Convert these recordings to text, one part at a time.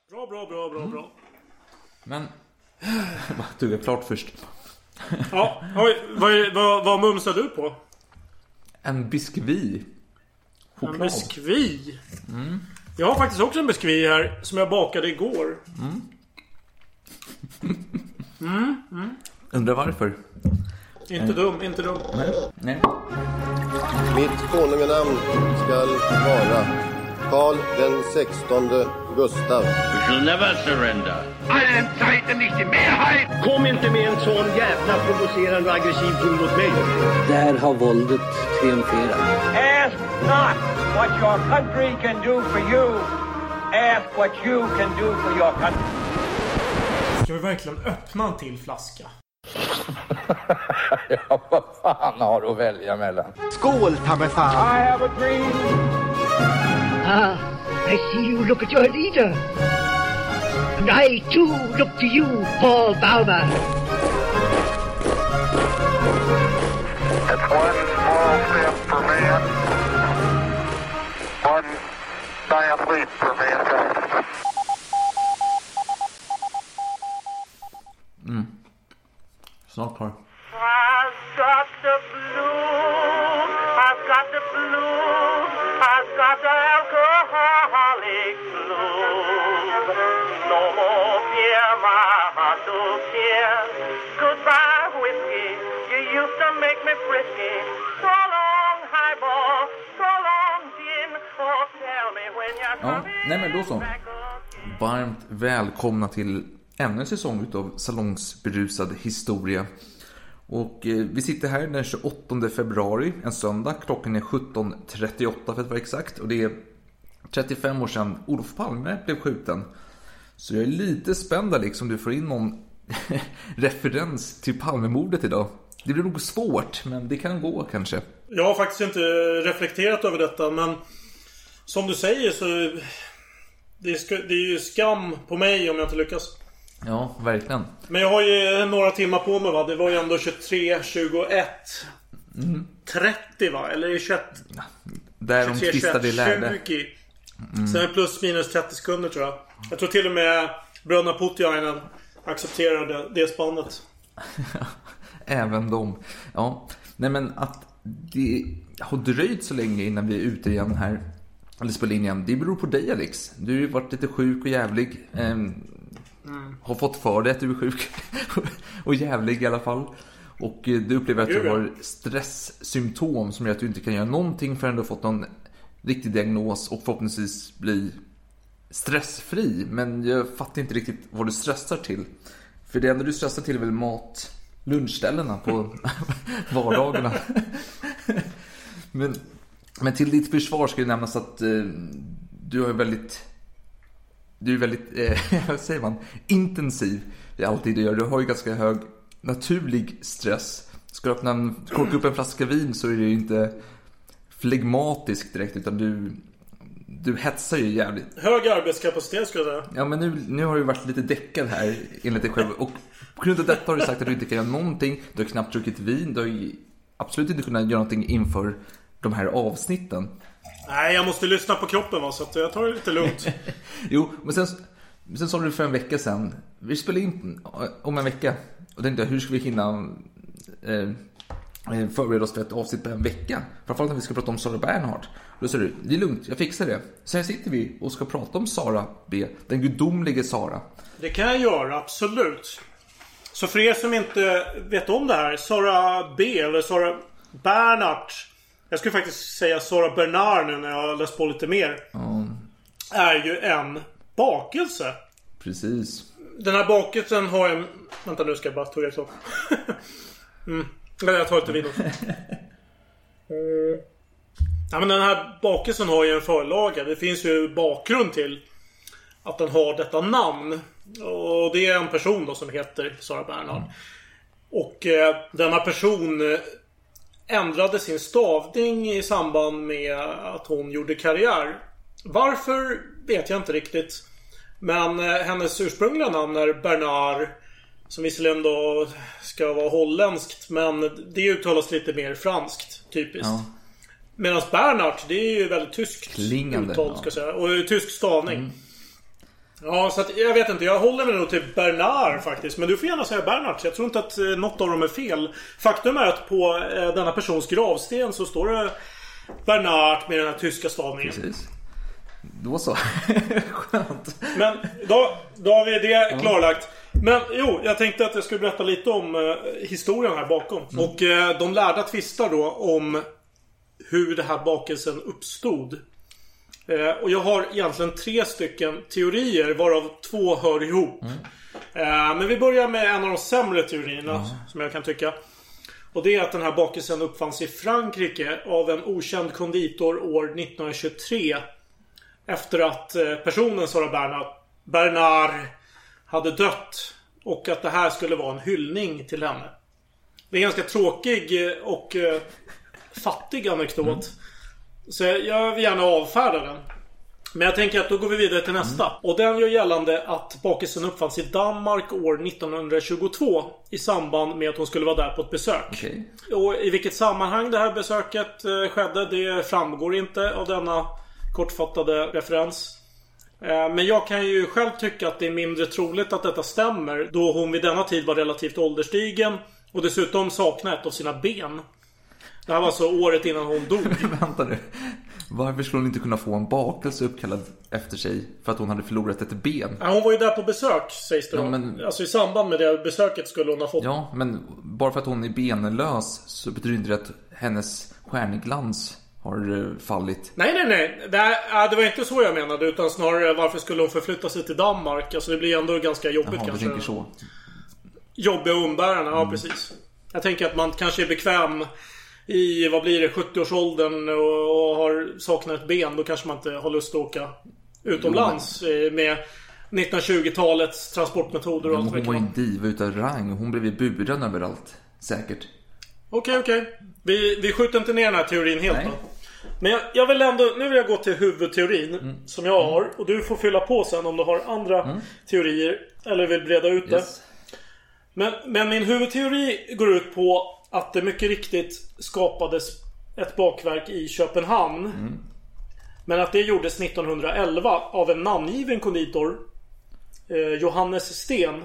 Bra. Men du är klart först. Ja, vad mumsar du på? En biskvi. En biskvi? Jag har faktiskt också en biskvi här som jag bakade igår. Undrar varför? Inte dum. Nej. Mitt konunganamn skall vara Karl den 16 Gustav. We shall never surrender. Allen Zeiten nicht die Mehrheit! Kom inte med en sån jävla provocerande och aggressiv ton mot mig. Där har våldet triumferat. Ask not what your country can do for you. Ask what you can do for your country. Ska vi verkligen öppna en till flaska? Ja, vad fan har du att välja mellan? Skål, ta mig fan! I have a dream. I see you look at your leader. And I too look to you, Paul Bauma. It's one small step for man. One giant leap for mankind. Snart klar. I've got the blues, I've got the blues, I've got the alcoholic blues. No more beer, my heart to care. Goodbye whiskey, you used to make me frisky. So long highball, so long gin, oh tell me when you're coming. Nej men då så. Varmt välkomna till ännu en säsong utav Salongsberusad historia. Och vi sitter här den 28 februari, en söndag. Klockan är 17.38 för att vara exakt. Och det är 35 år sedan Olof Palme blev skjuten. Så jag är lite spänd liksom du får in någon referens till Palmemordet idag. Det blir nog svårt, men det kan gå kanske. Jag har faktiskt inte reflekterat över detta, men som du säger så det är ju skam på mig om jag inte lyckas. Ja, verkligen. Men jag har ju några timmar på mig, va? Det var ju ändå 23, 21 30 va? Eller 21 där 23, de tvistade 21, lärde 20 Sen är plus minus 30 sekunder tror jag. Jag tror till och med bröderna Putiainen accepterade det spannet. Även de. Ja, nej men att det har dröjt så länge innan vi är ute igen här. Eller spelar in igen. Det beror på dig, Alex. Du har ju varit lite sjuk och jävlig. Har fått för dig att du är sjuk och jävlig i alla fall. Och du upplever att du har stresssymptom som gör att du inte kan göra någonting förrän du har fått någon riktig diagnos och förhoppningsvis bli stressfri. Men jag fattar inte riktigt vad du stressar till. För det enda du stressar till är väl lunchställena på vardagarna. Men till ditt försvar ska det nämnas att du är väldigt vad säger man, intensiv i allt det du gör. Du har ju ganska hög naturlig stress. Ska du korka upp en flaska vin så är det ju inte flegmatisk direkt, utan du hetsar ju jävligt. Hög arbetskapacitet skulle jag säga. Ja, men nu har du varit lite däckad här enligt dig själv. Och på grund av detta har du sagt att du inte kan göra någonting. Du har knappt druckit vin. Du har ju absolut inte kunnat göra någonting inför de här avsnitten. Nej, jag måste lyssna på kroppen, va, så att jag tar det lite lugnt. Jo, men sen sa du för en vecka sedan. Vi spelar in om en vecka. Och tänkte jag, hur ska vi hinna förbereda oss för ett avsnitt på en vecka? Framförallt när vi ska prata om Sara Bernhardt. Då sa du, det är lugnt, jag fixar det. Så här sitter vi och ska prata om Sara B. Den gudomlige Sara. Det kan jag göra, absolut. Så för er som inte vet om det här, Sara B eller Sara Bernhardt, jag skulle faktiskt säga Sara Bernard nu när jag har läst på lite mer, är ju en bakelse. Precis. Den här bakelsen har en... Vänta, nu ska jag bara tugga så. Jag tar lite vin också. Ja, men den här bakelsen har ju en förlaga. Det finns ju bakgrund till att den har detta namn. Och det är en person då som heter Sara Bernhardt. Och denna person ändrade sin stavning i samband med att hon gjorde karriär. Varför vet jag inte riktigt. Men hennes ursprungliga namn är Bernard, som visserligen då ska vara holländskt, men det uttalas lite mer franskt, typiskt. Ja. Medan Bernhardt, det är ju väldigt tyskt klingande, uttal, ska jag säga. Och tysk stavning. Ja, så att, jag vet inte. Jag håller mig nog till Bernard faktiskt. Men du får gärna säga Bernard. Jag tror inte att något av dem är fel. Faktum är att på denna persons gravsten så står det Bernard med den här tyska stavningen. Precis. Då så. Skönt. Men då har vi det klarlagt. Men jo, jag tänkte att jag skulle berätta lite om historien här bakom. Och de lärda tvistar då om hur det här bakelsen uppstod. Och jag har egentligen 3 stycken teorier, varav 2 hör ihop. Men vi börjar med en av de sämre teorierna som jag kan tycka. Och det är att den här bakelsen uppfanns i Frankrike av en okänd konditor år 1923. Efter att personen Sarah Bernard hade dött. Och att det här skulle vara en hyllning till henne. Det är en ganska tråkig och fattig anekdot. Så jag vill gärna avfärda den. Men jag tänker att då går vi vidare till nästa. Och den gör gällande att bakelsen uppfanns i Danmark år 1922 i samband med att hon skulle vara där på ett besök. Okay. Och i vilket sammanhang det här besöket skedde, det framgår inte av denna kortfattade referens. Men jag kan ju själv tycka att det är mindre troligt att detta stämmer, då hon vid denna tid var relativt ålderstigen och dessutom saknade ett av sina ben. Det här var så året innan hon dog. Vänta nu. Varför skulle hon inte kunna få en bakelse uppkallad efter sig för att hon hade förlorat ett ben? Ja, hon var ju där på besök, sägs det. Ja, men... Alltså i samband med det besöket skulle hon ha fått... Ja, men bara för att hon är benlös så betyder inte det att hennes stjärnglans har fallit. Nej. Det var inte så jag menade, utan snarare varför skulle hon förflytta sig till Danmark? Alltså det blir ändå ganska jobbigt. Jaha, kanske. Du tänker så. Jobbiga umbärarna, ja precis. Jag tänker att man kanske är bekväm i, vad blir det, 70-årsåldern och har saknat ett ben. Då kanske man inte har lust att åka utomlands med 1920-talets transportmetoder och allt. Hon var ju en diva utav rang. Hon blev ju buren överallt. Säkert. Okej. Vi skjuter inte ner den här teorin helt då. Men jag vill ändå, nu vill jag gå till huvudteorin som jag har. Och du får fylla på sen om du har andra teorier eller vill breda ut det. Men min huvudteori går ut på att det mycket riktigt skapades ett bakverk i Köpenhamn. Men att det gjordes 1911 av en namngiven konditor, Johannes Sten.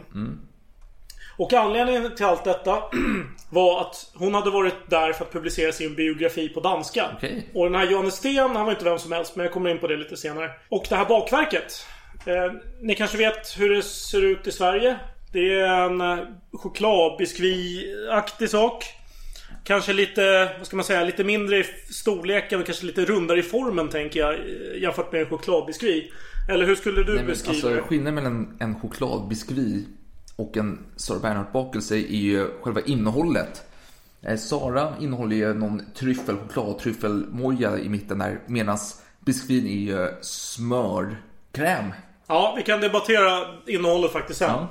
Och anledningen till allt detta var att hon hade varit där för att publicera sin biografi på danska. Och den här Johannes Sten, han var inte vem som helst, men jag kommer in på det lite senare. Och det här bakverket, ni kanske vet hur det ser ut i Sverige. Det är en chokladbiskvitaktig sak. Kanske lite, vad ska man säga, lite mindre i storleken och kanske lite rundare i formen, tänker jag, jämfört med en chokladbiskvi. Eller hur skulle du beskriva det? Alltså, skillnaden mellan en chokladbiskvi och en Sarah Bernhardt-bakelse är ju själva innehållet. Sara innehåller ju någon tryffelmoja i mitten där, medan biskvin är ju smörkräm. Ja, vi kan debattera innehållet faktiskt sen.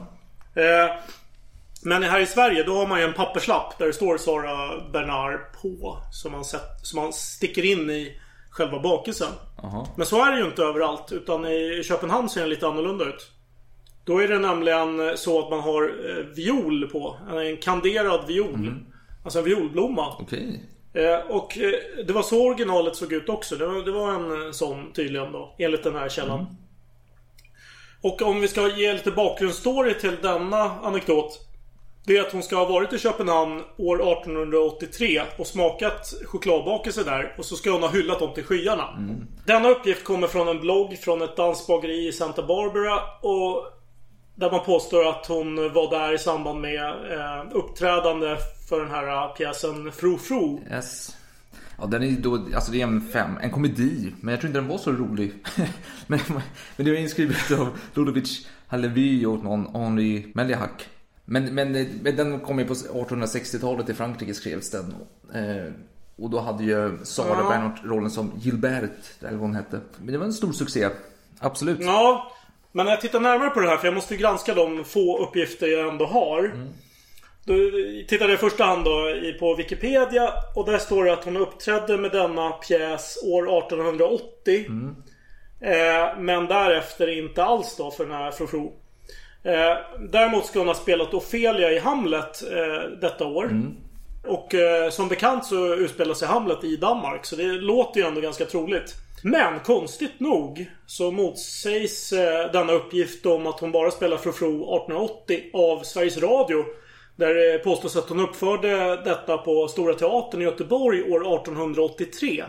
Men här i Sverige då har man ju en papperslapp där det står Sarah Bernard på, som man sticker in i själva bakelsen. Men så är det ju inte överallt, utan i Köpenhamn ser den lite annorlunda ut. Då är det nämligen så att man har viol på, en kanderad viol. Alltså en violblomma. Och det var så originalet såg ut också. Det var en sån tydligen då, enligt den här källan. Och om vi ska ge lite bakgrundsstory till denna anekdot, det är att hon ska ha varit i Köpenhamn år 1883 och smakat chokladbakelse där, och så ska hon ha hyllat dem till skyarna. Denna uppgift kommer från en blogg från ett dansbageri i Santa Barbara, och där man påstår att hon var där i samband med uppträdande för den här pjäsen Fru Fru. Yes. Ja, den är då, alltså det är en komedi, men jag tror inte den var så rolig. men det var inskrivet av Ludovic Halevy och någon Henri Meliac. Men den kom ju på 1860-talet i Frankrike, skrevs den. Och då hade ju Sarah Bernhardt rollen som Gilbert, eller vad hon hette. Men det var en stor succé, absolut. Ja, men när jag tittar närmare på det här, för jag måste granska de få uppgifter jag ändå har. Då tittade jag i första hand då på Wikipedia, och där står det att hon uppträdde med denna pjäs år 1880. Men därefter inte alls då för den här Fru. Däremot ska hon ha spelat Ophelia i Hamlet detta år. Och som bekant så utspelar sig Hamlet i Danmark, så det låter ju ändå ganska troligt. Men konstigt nog så motsägs denna uppgift om att hon bara spelar Frou Frou 1880 av Sveriges Radio. Där det påstås att hon uppförde detta på Stora Teatern i Göteborg år 1883.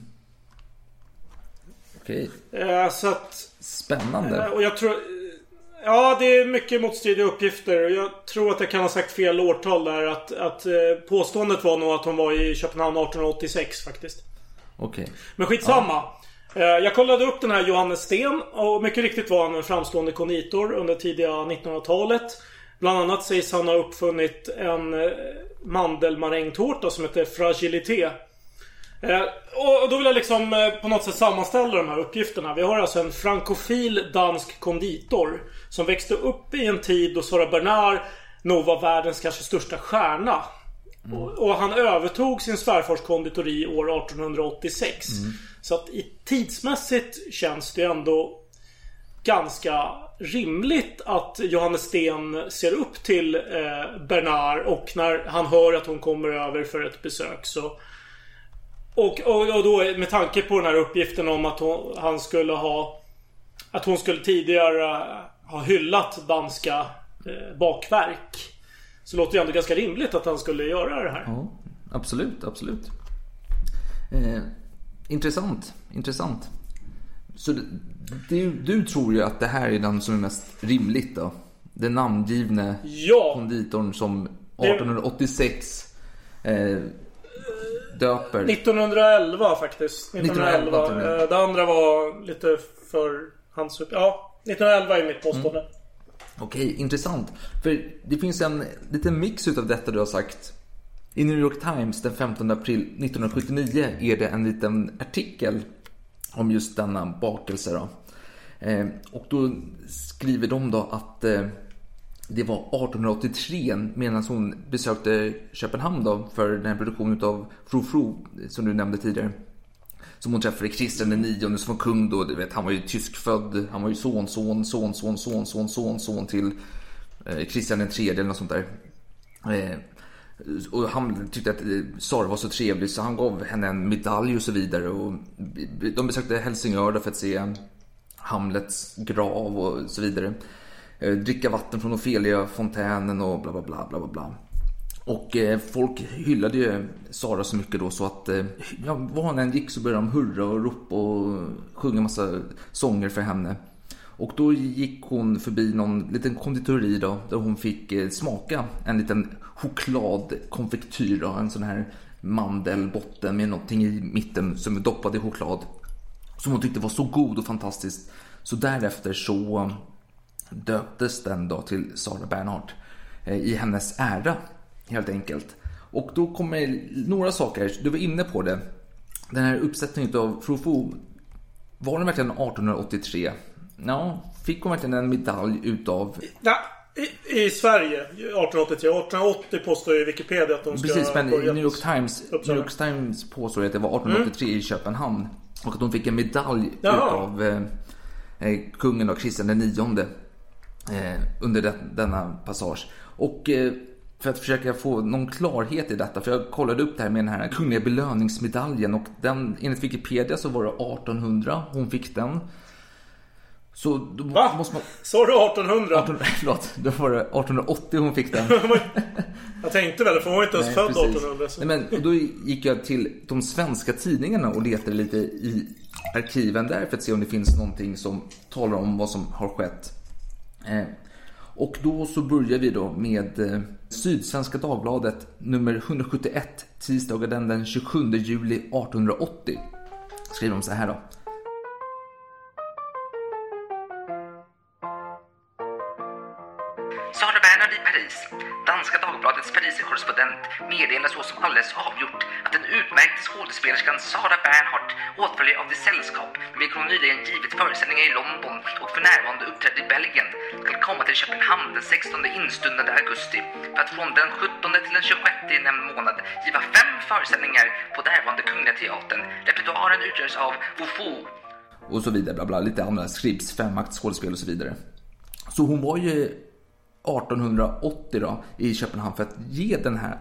Okej. Så att, spännande. Och jag tror... Ja, det är mycket motstridiga uppgifter. Jag tror att jag kan ha sagt fel årtal där. Att påståendet var nog att hon var i Köpenhamn 1886 faktiskt. Okej. Men skitsamma. Jag kollade upp den här Johannes Sten. Och mycket riktigt var han en framstående konditor under tidiga 1900-talet. Bland annat sägs han ha uppfunnit en mandelmarängtårta som heter Fragilité. Och då vill jag liksom på något sätt sammanställa de här uppgifterna. Vi har alltså en frankofil dansk konditor som växte upp i en tid då Sara Bernard nog var världens kanske största stjärna. Och han övertog sin svärfars konditori år 1886. Så att i tidsmässigt känns det ändå ganska rimligt att Johannes Sten ser upp till Bernard, och när han hör att hon kommer över för ett besök så... Och då med tanke på den här uppgiften om att hon skulle tidigare ha hyllat danska bakverk, så låter det ändå ganska rimligt att han skulle göra det här. Ja, absolut. Intressant. Så du tror ju att det här är den som är mest rimligt då? Den namngivne konditorn som 1886 döper. 1911 faktiskt. 1911. Det andra var lite för hans... Ja, 1911 är mitt påstående. Okej, intressant. För det finns en liten mix utav detta du har sagt. I New York Times den 15 april 1979 är det en liten artikel om just denna bakelse då. Och då skriver de då att det var 1883 medan hon besökte Köpenhamn då för den här produktionen av Frou Frou som du nämnde tidigare. Som hon träffade Kristian den 9:e som var kung då, du vet, han var ju tyskfödd, han var ju son till Kristian den 3:e eller något sånt där. Och han tyckte att Sara var så trevlig så han gav henne en medalj och så vidare, och de besökte Helsingör för att se Hamlets grav och så vidare. Dricka vatten från Ofelia-fontänen och bla bla bla bla bla. Och folk hyllade ju Sara så mycket då så att var han än gick så började de hurra och ropa och sjunga massa sånger för henne. Och då gick hon förbi någon liten konditori då, där hon fick smaka en liten chokladkonfektyr då, en sån här mandelbotten med någonting i mitten som är doppad i choklad. Som hon tyckte var så god och fantastisk. Så därefter så döptes den då till Sara Bernhardt i hennes ära helt enkelt. Och då kommer några saker, du var inne på det. Den här uppsättningen av Frou Frou, var den verkligen 1883? Ja, fick hon verkligen en medalj utav... Ja, i Sverige 1883. 1880 påstår ju Wikipedia att de ska... Precis, men New York Times påstår att det var 1883 i Köpenhamn. Och att de fick en medalj utav kungen och Kristian den 9:e under denna passage. Och för att försöka få någon klarhet i detta, för jag kollade upp det här med den här kungliga belöningsmedaljen, och den, enligt Wikipedia så var det 1800 hon fick den. Så då måste man... Så du 1800? Förlåt, då var det 1880 hon fick den. Jag tänkte väl, för hon var inte ens född 1800. Nej, men då gick jag till de svenska tidningarna och letade lite i arkiven där för att se om det finns någonting som talar om vad som har skett. Och då så börjar vi då med Sydsvenska Dagbladet nummer 171, tisdagen den 27 juli 1880. Skriver de så här då. Sara Bernhardt i Paris. Danska Dagbladets Paris-korrespondent meddelar så som alldeles avgjort att den utmärkte skådespelerskan Sara Bernhardt åtföljer av det sällskap med vilket hon nyligen givit föreställningar i London och för närvarande uppträdde i Belgien ska komma till Köpenhamn den 16 instundande augusti för att från den 17 till den 26 i nämnd månad giva 5 föreställningar på därvarande Kungliga Teatern. Repertoaren utgörs av Wofo och så vidare, bla bla, lite andra skrips, 5-aktsskådespel och så vidare. Så hon var ju 1880 då i Köpenhamn för att ge den här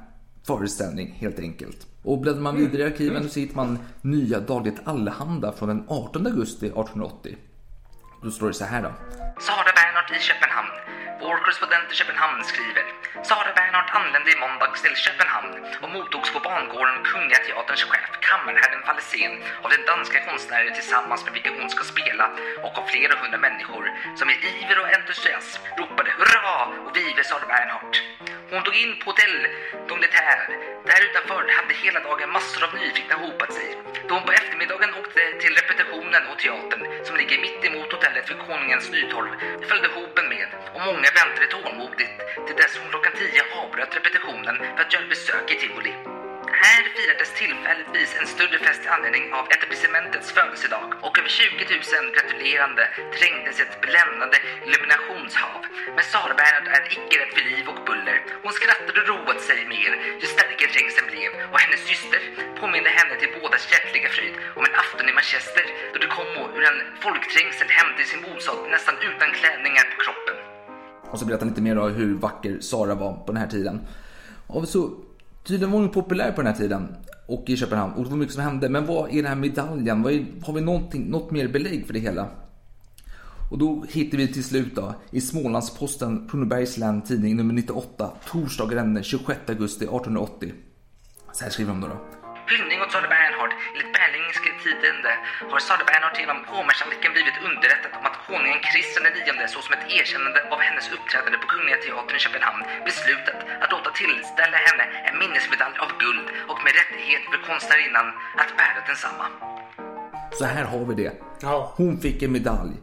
föreställning helt enkelt. Och bläddrar man vidare i arkiven så hittar man Nya Dagliget Allehanda från den 18 augusti 1880. Då står det så här då. Sara Bernhardt i Köpenhamn. Vår korrespondent i Köpenhamn skriver: Sara Bernhardt anlände i måndags till Köpenhamn och mottogs på bangården Kungliga Teaterns chef, kammarherren Fallesen, av den danska konstnären tillsammans med vilka hon ska spela och av flera hundra människor som i iver och entusiasm ropade hurra och vive Sara Bernhardt. Hon tog in på hotell D'Angleterre. Där utanför hade hela dagen massor av nyfikna hopat sig. Då hon på eftermiddagen åkte till repetitionen och teatern som ligger mitt emot hotellet vid Konungens Nytorv följde hopen med och många väntade tålmodigt till dess hon klockan 10 avbröt repetitionen för att göra besök i Tivoli. Här firades tillfälligtvis en större fest i anledning av etablissementets födelsedag och över 20 000 gratulerande trängdes ett bländande illuminationshav. Men Sara Bernhardt är icke rädd för liv och buller. Hon skrattade och roade sig mer ju starkare trängseln blev och hennes syster påminde henne till bådas hjärtliga fröjd om en afton i Manchester då det kom ur en folkträngsel hem till sin bostad nästan utan klädningar på kroppen. Och så berättar lite mer om hur vacker Sara var på den här tiden. Och så tydligen var hon populär på den här tiden och i Köpenhamn. Och det var mycket som hände. Men vad är den här medaljen? Har vi något mer belägg för det hela? Och då hittar vi till slut då, i Smålandsposten, Kronobergs län tidning nummer 98, torsdagen den 26 augusti 1880. Så här skriver de då. Hyllning åt Sara Bernhardt. Enligt Berlingske Tidende har Sara Bernhardt genom hovmästarviken blivit underrättad om att konungen Kristian IX såsom ett erkännande av hennes uppträdande på Kungliga Teatern i Köpenhamn beslutat att låta tillställa henne en minnesmedalj av guld och med rättighet för konstnärinnan att bära densamma. Så här har vi det. Ja. Hon fick en medalj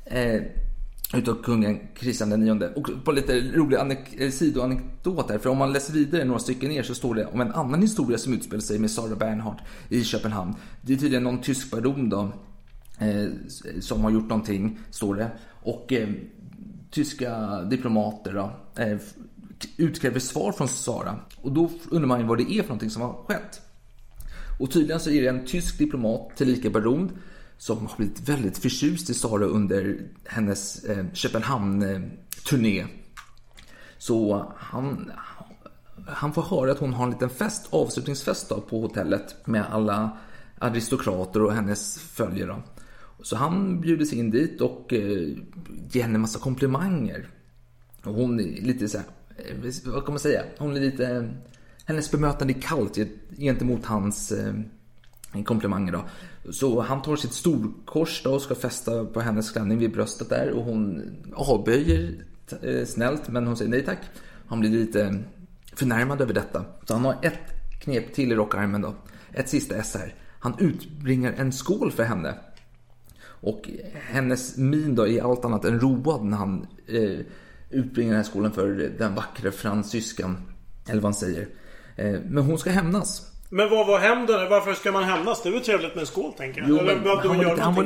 utav kungen Kristian IX. Och på lite rolig sidoanekdot här, för om man läser vidare några stycken ner så står det om en annan historia som utspelar sig med Sara Bernhardt i Köpenhamn. Det är tydligen någon tysk baron då, som har gjort någonting, står det. Och tyska diplomater då, utkräver svar från Sara. Och då undrar man ju vad det är för någonting som har skett. Och tydligen så är det en tysk diplomat, tillika baron, som har blivit väldigt förtjust i Sara under hennes Köpenhamn-turné. Så han får höra att hon har en liten fest, avslutningsfest då, på hotellet med alla aristokrater och hennes följare. Så han bjuder sig in dit och ger henne en massa komplimanger. Och hon är lite så här, vad kan man säga? Hon är lite, hennes bemötande är kallt gentemot hans komplimanger då. Så han tar sitt storkors då och ska fästa på hennes klänning vid bröstet där, och hon avböjer snällt, men hon säger nej tack. Han blir lite förnärmad över detta. Så han har ett knep till i rockarmen då. Ett sista S här. Han utbringar en skål för henne. Och hennes min då är allt annat än road när han utbringar den här skålen för den vackra fransyskan, eller vad han säger. Men hon ska hämnas. Men vad var hämnden? Varför ska man hämnas? Det är väl trevligt med en skål, tänker jag. Jo, eller han var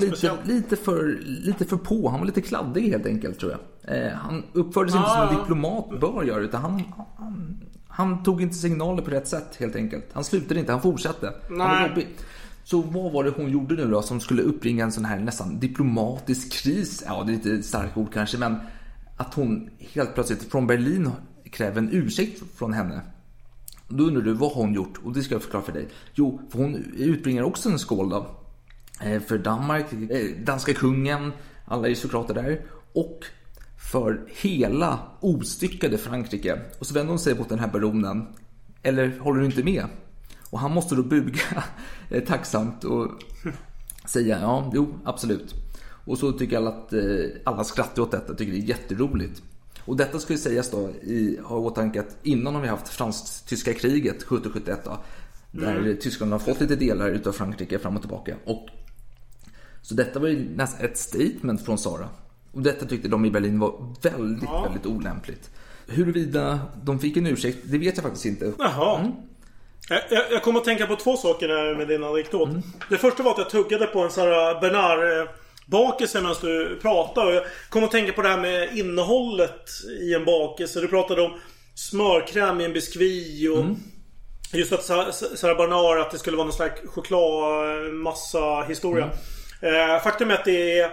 lite för på. Han var lite kladdig helt enkelt, tror jag. Han uppförde sig inte som en diplomat bör göra, utan han tog inte signaler på rätt sätt helt enkelt. Han slutade inte, han fortsatte. Han var jobbig. Så vad var det hon gjorde nu då som skulle uppringa en sån här nästan diplomatisk kris? Ja, det är lite starkt ord kanske, men att hon helt plötsligt från Berlin kräver en ursäkt från henne. Då undrar du, vad har hon gjort? Och det ska jag förklara för dig. Jo, för hon utbringar också en skål då. För Danmark, danska kungen, alla aristokrater där. Och för hela ostyckade Frankrike. Och så vänder hon sig mot den här baronen. Eller håller du inte med? Och han måste då buga tacksamt och säga, ja, jo, absolut. Och så tycker alla att alla skrattar åt detta, tycker det är jätteroligt. Och detta skulle sägas då har åtanke att innan har vi haft fransk-tyska kriget 1771 då, där Tyskland har fått lite delar utav Frankrike fram och tillbaka. Och så detta var ju nästan ett statement från Sara. Och detta tyckte de i Berlin var väldigt olämpligt. Huruvida de fick en ursäkt, det vet jag faktiskt inte. Jaha. Jag kommer att tänka på två saker där med din anekdot. Det första var att jag tuggade på en Sara Bernard bakelse medan du pratade. Jag kommer att tänka på det här med innehållet i en bakelse. Du pratade om smörkräm i en biskvi och just att Sara Bernard, att det skulle vara någon slags chokladmassa historia. Faktum är att det är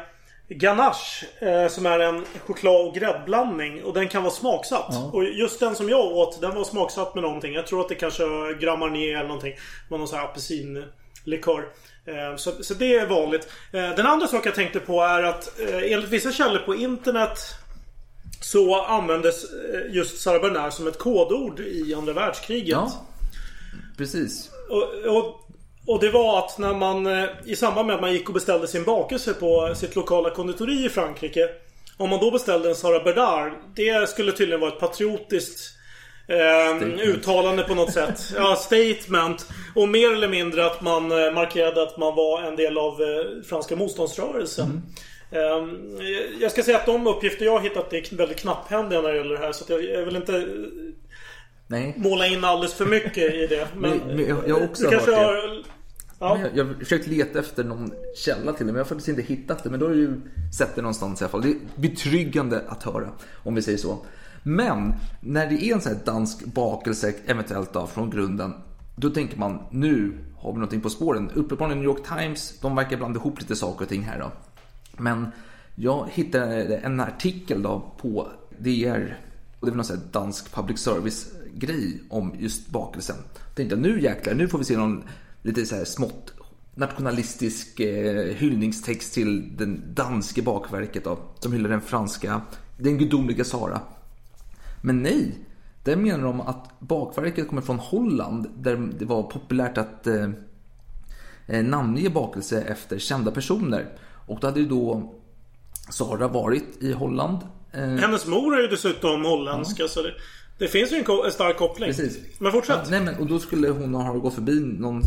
ganache som är en choklad- och gräddblandning. Och den kan vara smaksatt. Ja. Och just den som jag åt, den var smaksatt med någonting. Jag tror att det kanske är Grand Marnier eller någonting. Med någon sån här apelsinlikör. Så det är vanligt. Den andra sak jag tänkte på är att enligt vissa källor på internet så användes just Sarah Bernard som ett kodord i andra världskriget. Ja, precis. Och det var att när man i samband med att man gick och beställde sin bakelse på sitt lokala konditori i Frankrike, om man då beställde en Sarah Bernard, det skulle tydligen vara ett patriotiskt uttalande på något sätt. Ja, statement. Och mer eller mindre att man markerade att man var en del av franska motståndsrörelsen. Jag ska säga att de uppgifter jag har hittat är väldigt knapphändiga när det gäller det här. Så att jag vill inte måla in alldeles för mycket i det. Men jag har också hört det. Ja. Jag har försökt leta efter någon källa till det, men jag har faktiskt inte hittat det. Men då har du ju sett det någonstans i alla fall. Det är betryggande att höra, om vi säger så. Men när det är en sån här dansk bakelse eventuellt då, från grunden, då tänker man, nu har vi någonting på spåren. Uppenbarligen New York Times, de verkar blanda ihop lite saker och ting här då. Men jag hittade en artikel då på DR, och det var någon sån här dansk public service grej om just bakelsen. Jag tänkte, nu jäklar, nu får vi se någon lite så här smått nationalistisk hyllningstext till den danske bakverket då, som hyllar den gudomliga Sara. Men nej, där menar de att bakverket kommer från Holland, där det var populärt att namnge bakelse efter kända personer. Och då hade ju då Sara varit i Holland. Hennes mor är ju dessutom holländska, ja. Så det finns ju en stark koppling. Precis. Men fortsätt. Ja, nej, men, och då skulle hon ha gått förbi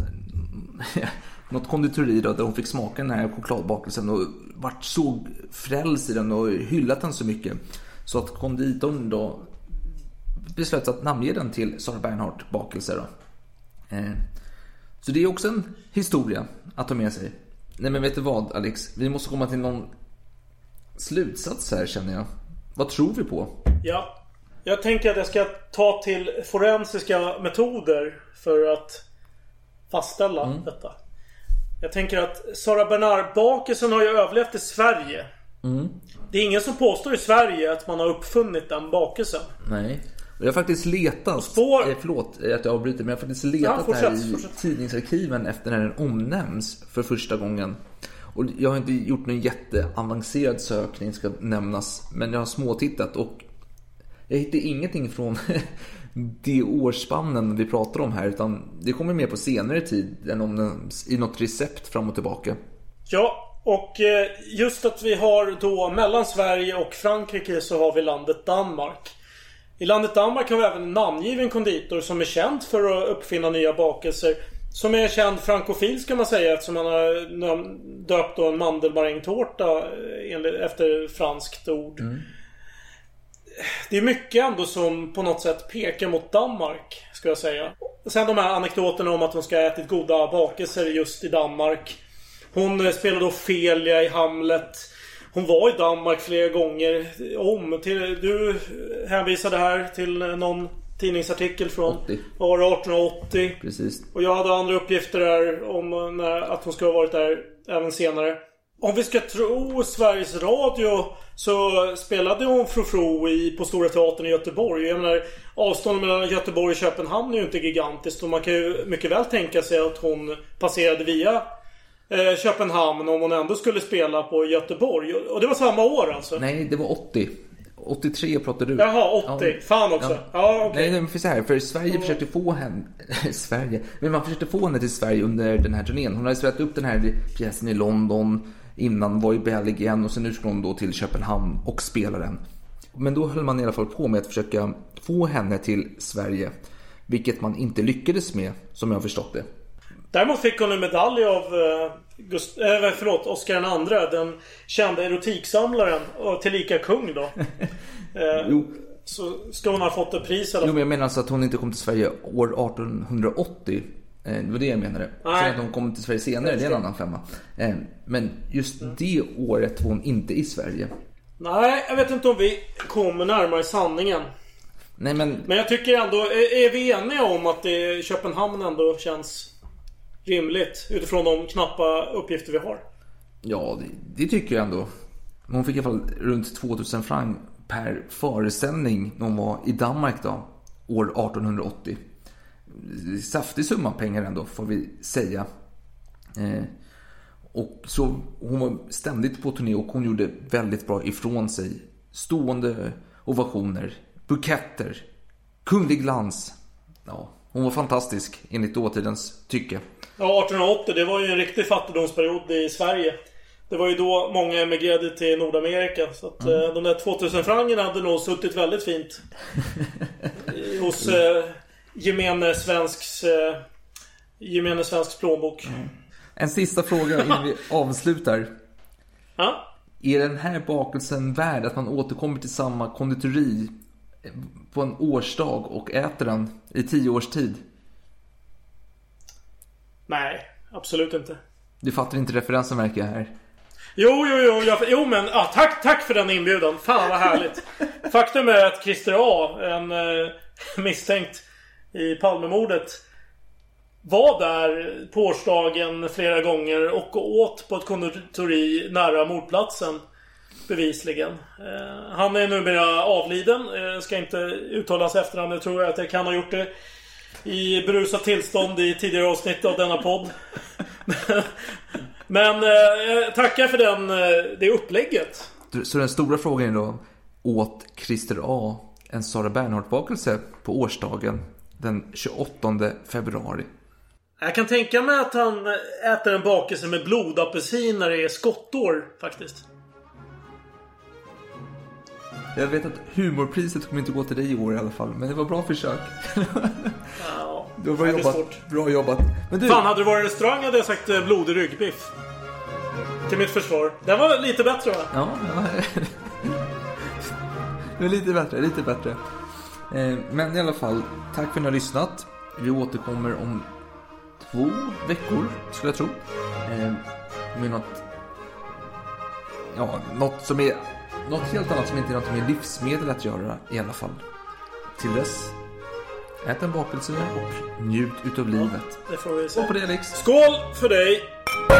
något konditori då, där hon fick smaka den här chokladbakelsen och vart så frälst i den och hyllat den så mycket. Så att konditorn då beslöt att namnge den till Sarah Bernhardt bakelse då. Så det är också en historia att ta med sig. Nej, men vet du vad, Alex? Vi måste komma till någon slutsats här, känner jag. Vad tror vi på? Ja, jag tänker att jag ska ta till forensiska metoder för att fastställa detta. Jag tänker att Sarah Bernard-bakelsen har ju överlevt i Sverige. Det är ingen som påstår i Sverige att man har uppfunnit den bakelsen. Nej. Jag har faktiskt letat, förlåt att jag avbryter, men jag har faktiskt letat här i tidningsarkiven efter när den omnämns för första gången. Och jag har inte gjort någon jätteavancerad sökning, ska nämnas, men jag har småtittat och jag hittade ingenting från de årsspannen vi pratar om här, utan det kommer mer på senare tid än om den, i något recept fram och tillbaka. Ja, och just att vi har då mellan Sverige och Frankrike så har vi landet Danmark. I landet Danmark har vi även en namngiven konditor som är känd för att uppfinna nya bakelser. Som är känd frankofil, ska man säga, eftersom man har döpt en mandelmarängtårta efter franskt ord. Det är mycket ändå som på något sätt pekar mot Danmark, ska jag säga. Sen de här anekdoterna om att hon ska ha ätit goda bakelser just i Danmark. Hon spelade Ophelia i Hamlet. Hon var i Danmark flera gånger du hänvisade här till någon tidningsartikel från 1880. Precis. Och jag hade andra uppgifter där om att hon ska ha varit där även senare. Om vi ska tro Sveriges Radio så spelade hon Frofro på Stora Teatern i Göteborg. Jag menar, avståndet mellan Göteborg och Köpenhamn är ju inte gigantiskt. Och man kan ju mycket väl tänka sig att hon passerade via Köpenhamn om hon ändå skulle spela på Göteborg. Och det var samma år alltså? Nej, det var 80. 83 pratar du. Jaha, 80. Ja. Fan också. Ja, okay. Nej, för så här, för Sverige försökte få henne men man försökte få henne till Sverige under den här turnén. Hon hade spelat upp den här pjäsen i London innan, var i Belgien och sen nu skulle hon då till Köpenhamn och spela den. Men då höll man i alla fall på med att försöka få henne till Sverige, vilket man inte lyckades med, som jag har förstått det. Däremot fick hon en medalj av Oscar II, den kända erotiksamlaren och tillika kung då. Jo. Så ska hon ha fått ett pris eller? Jo, men jag menar alltså att hon inte kom till Sverige år 1880. Det var det jag menade. Sen att hon kom till Sverige senare, det är en annan femma. Men just det året var hon inte i Sverige. Nej, jag vet inte om vi kommer närmare sanningen. Nej, men jag tycker ändå, är vi eniga om att Köpenhamn ändå känns rimligt utifrån de knappa uppgifter vi har? Ja, det tycker jag ändå. Men hon fick i alla fall runt 2000 franc per föreställning när hon var i Danmark då, år 1880. Saftig summa pengar ändå, får vi säga. Och så hon var ständigt på turné och hon gjorde väldigt bra ifrån sig. Stående ovationer, buketter, kunglig glans. Ja, hon var fantastisk enligt dåtidens tycke. Ja, 1880, det var ju en riktig fattigdomsperiod i Sverige. Det var ju då många emigrerade till Nordamerika. Så att de där 2000 frangerna hade nog suttit väldigt fint hos gemene svensk plånbok. En sista fråga innan vi avslutar. Ja? Är den här bakelsen värd att man återkommer till samma konditori på en årsdag och äter den i 10 års tid? Nej, absolut inte. Du fattar inte referensen, märker jag här. Jo, men tack för den inbjudan. Fan vad härligt. Faktum är att Christer A, en misstänkt i Palmemordet, var där på årsdagen flera gånger och åt på ett konditori nära mordplatsen, bevisligen. Han är numera avliden. Ska inte uttalas efterhand. Jag tror att jag kan ha gjort det i berusat tillstånd i tidigare avsnitt av denna podd. Men tackar för det upplägget. Så den stora frågan är då: åt Christer A en Sara Bernhardt-bakelse på årsdagen den 28 februari? Jag kan tänka mig att han äter en bakelse med blodapelsin när det är skottår, faktiskt. Jag vet att humorpriset kommer inte gå till dig i år i alla fall, men det var bra försök. Ja, det var bra jobbat. Men du... Fan, hade det varit restaurang hade jag sagt blodig ryggbiff. Till mitt försvar. Den var lite bättre, va? Ja. Det var lite bättre. Men i alla fall, tack för att ni har lyssnat. Vi återkommer om 2 veckor, skulle jag tro. Med något helt annat som inte är något med livsmedel att göra i alla fall. Till dess, ät en bakelse och njut utav livet. Det får vi se. Och på det, Alex. Skål för dig!